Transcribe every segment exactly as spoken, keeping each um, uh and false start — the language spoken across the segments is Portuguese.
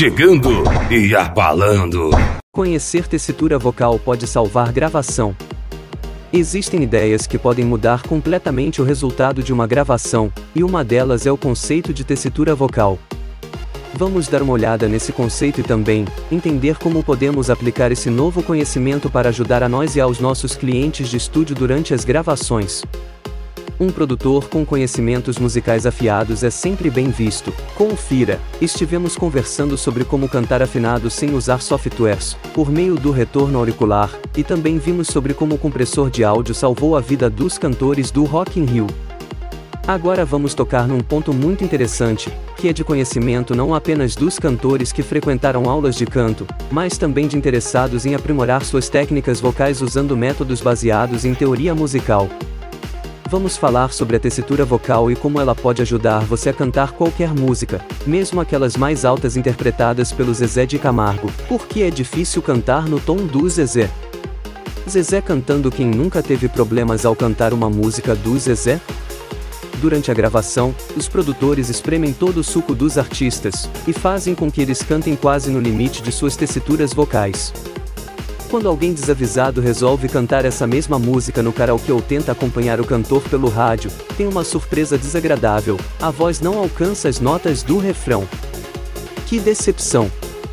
chegando e abalando. Conhecer tessitura vocal pode salvar gravação. Existem ideias que podem mudar completamente o resultado de uma gravação, e uma delas é o conceito de tessitura vocal. Vamos dar uma olhada nesse conceito e também entender como podemos aplicar esse novo conhecimento para ajudar a nós e aos nossos clientes de estúdio durante as gravações. Um produtor com conhecimentos musicais afiados é sempre bem visto. Confira, estivemos conversando sobre como cantar afinado sem usar softwares, por meio do retorno auricular, e também vimos sobre como o compressor de áudio salvou a vida dos cantores do Rock in Rio. Agora vamos tocar num ponto muito interessante, que é de conhecimento não apenas dos cantores que frequentaram aulas de canto, mas também de interessados em aprimorar suas técnicas vocais usando métodos baseados em teoria musical. Vamos falar sobre a tessitura vocal e como ela pode ajudar você a cantar qualquer música, mesmo aquelas mais altas interpretadas pelo Zezé de Camargo. Por que é difícil cantar no tom do Zezé? Zezé cantando. Quem nunca teve problemas ao cantar uma música do Zezé? Durante a gravação, os produtores espremem todo o suco dos artistas, e fazem com que eles cantem quase no limite de suas tessituras vocais. Quando alguém desavisado resolve cantar essa mesma música no karaokê ou tenta acompanhar o cantor pelo rádio, tem uma surpresa desagradável: a voz não alcança as notas do refrão. Que decepção!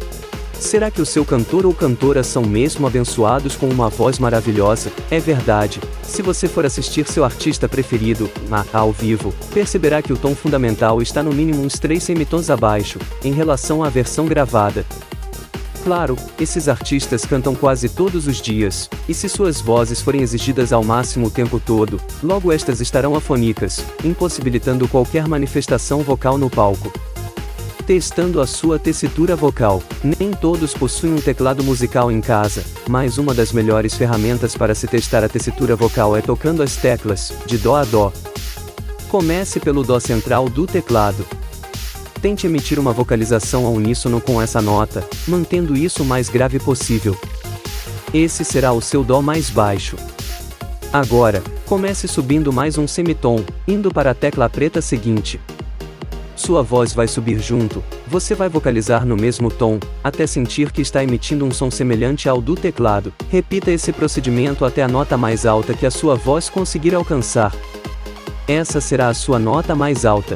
Será que o seu cantor ou cantora são mesmo abençoados com uma voz maravilhosa? É verdade. Se você for assistir seu artista preferido, ah, ao vivo, perceberá que o tom fundamental está no mínimo uns três semitons abaixo, em relação à versão gravada. Claro, esses artistas cantam quase todos os dias, e se suas vozes forem exigidas ao máximo o tempo todo, logo estas estarão afônicas, impossibilitando qualquer manifestação vocal no palco. Testando a sua tessitura vocal. Nem todos possuem um teclado musical em casa, mas uma das melhores ferramentas para se testar a tessitura vocal é tocando as teclas, de dó a dó. Comece pelo dó central do teclado. Tente emitir uma vocalização ao uníssono com essa nota, mantendo isso o mais grave possível. Esse será o seu dó mais baixo. Agora, comece subindo mais um semitom, indo para a tecla preta seguinte. Sua voz vai subir junto, você vai vocalizar no mesmo tom, até sentir que está emitindo um som semelhante ao do teclado. Repita esse procedimento até a nota mais alta que a sua voz conseguir alcançar. Essa será a sua nota mais alta.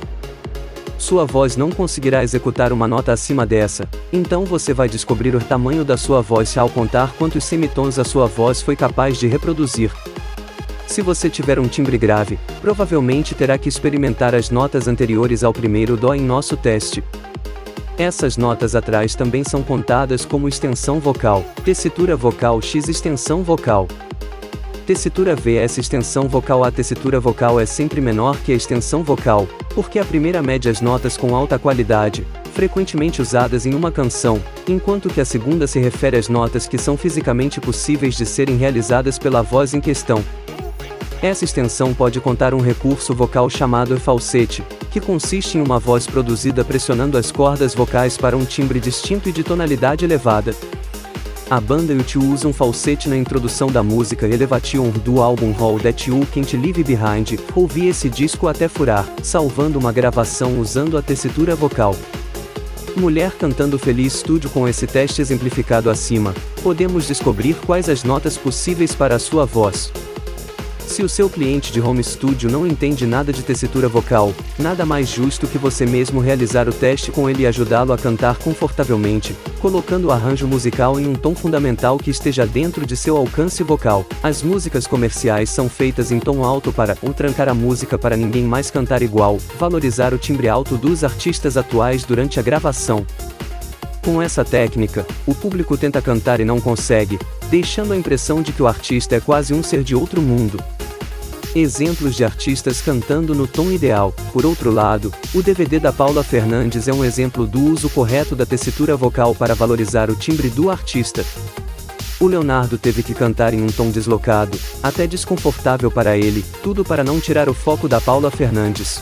Sua voz não conseguirá executar uma nota acima dessa, então você vai descobrir o tamanho da sua voz ao contar quantos semitons a sua voz foi capaz de reproduzir. Se você tiver um timbre grave, provavelmente terá que experimentar as notas anteriores ao primeiro dó em nosso teste. Essas notas atrás também são contadas como extensão vocal. Tessitura vocal x extensão vocal. Tessitura vs extensão vocal. A tessitura vocal é sempre menor que a extensão vocal, porque a primeira mede as notas com alta qualidade, frequentemente usadas em uma canção, enquanto que a segunda se refere às notas que são fisicamente possíveis de serem realizadas pela voz em questão. Essa extensão pode contar um recurso vocal chamado falsete, que consiste em uma voz produzida pressionando as cordas vocais para um timbre distinto e de tonalidade elevada. A banda U dois usa um falsete na introdução da música Elevation do álbum All That You Can't Leave Behind. Ouvi esse disco até furar, salvando uma gravação usando a tessitura vocal. Mulher cantando feliz. Estúdio. Com esse teste exemplificado acima, podemos descobrir quais as notas possíveis para a sua voz. Se o seu cliente de home studio não entende nada de tessitura vocal, nada mais justo que você mesmo realizar o teste com ele e ajudá-lo a cantar confortavelmente, colocando o arranjo musical em um tom fundamental que esteja dentro de seu alcance vocal. As músicas comerciais são feitas em tom alto para ou trancar a música para ninguém mais cantar igual, valorizar o timbre alto dos artistas atuais durante a gravação. Com essa técnica, o público tenta cantar e não consegue, deixando a impressão de que o artista é quase um ser de outro mundo. Exemplos de artistas cantando no tom ideal. Por outro lado, o D V D da Paula Fernandes é um exemplo do uso correto da tessitura vocal para valorizar o timbre do artista. O Leonardo teve que cantar em um tom deslocado, até desconfortável para ele, tudo para não tirar o foco da Paula Fernandes.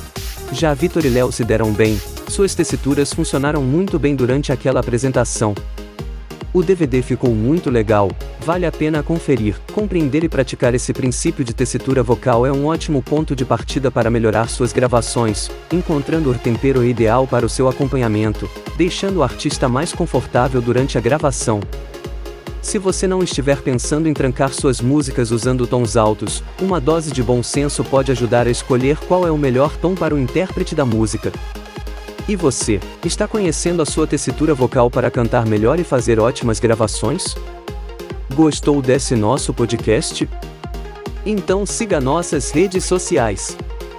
Já Vitor e Léo se deram bem, suas tessituras funcionaram muito bem durante aquela apresentação. O D V D ficou muito legal, Vale a pena conferir. Compreender e praticar esse princípio de tessitura vocal é um ótimo ponto de partida para melhorar suas gravações, encontrando o tempero ideal para o seu acompanhamento, deixando o artista mais confortável durante a gravação. Se você não estiver pensando em trancar suas músicas usando tons altos, uma dose de bom senso pode ajudar a escolher qual é o melhor tom para o intérprete da música. E você, está conhecendo a sua tessitura vocal para cantar melhor e fazer ótimas gravações? Gostou desse nosso podcast? Então siga nossas redes sociais.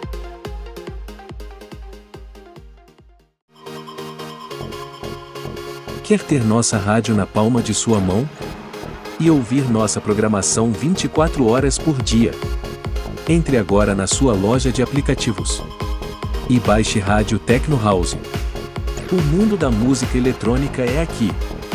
Quer ter nossa rádio na palma de sua mão? E ouvir nossa programação vinte e quatro horas por dia? Entre agora na sua loja de aplicativos e baixe Rádio Techno House. O mundo da música eletrônica é aqui.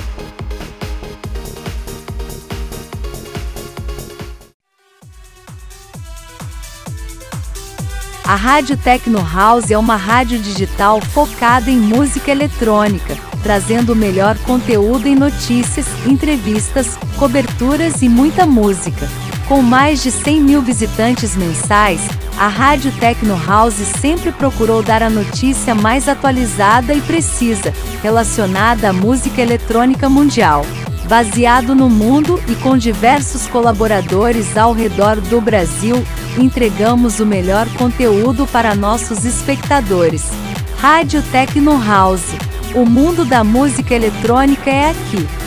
A Rádio Techno House é uma rádio digital focada em música eletrônica, trazendo o melhor conteúdo em notícias, entrevistas, coberturas e muita música. Com mais de cem mil visitantes mensais, a Rádio Techno House sempre procurou dar a notícia mais atualizada e precisa, relacionada à música eletrônica mundial. Baseado no mundo e com diversos colaboradores ao redor do Brasil, entregamos o melhor conteúdo para nossos espectadores. Rádio Techno House. O mundo da música eletrônica é aqui.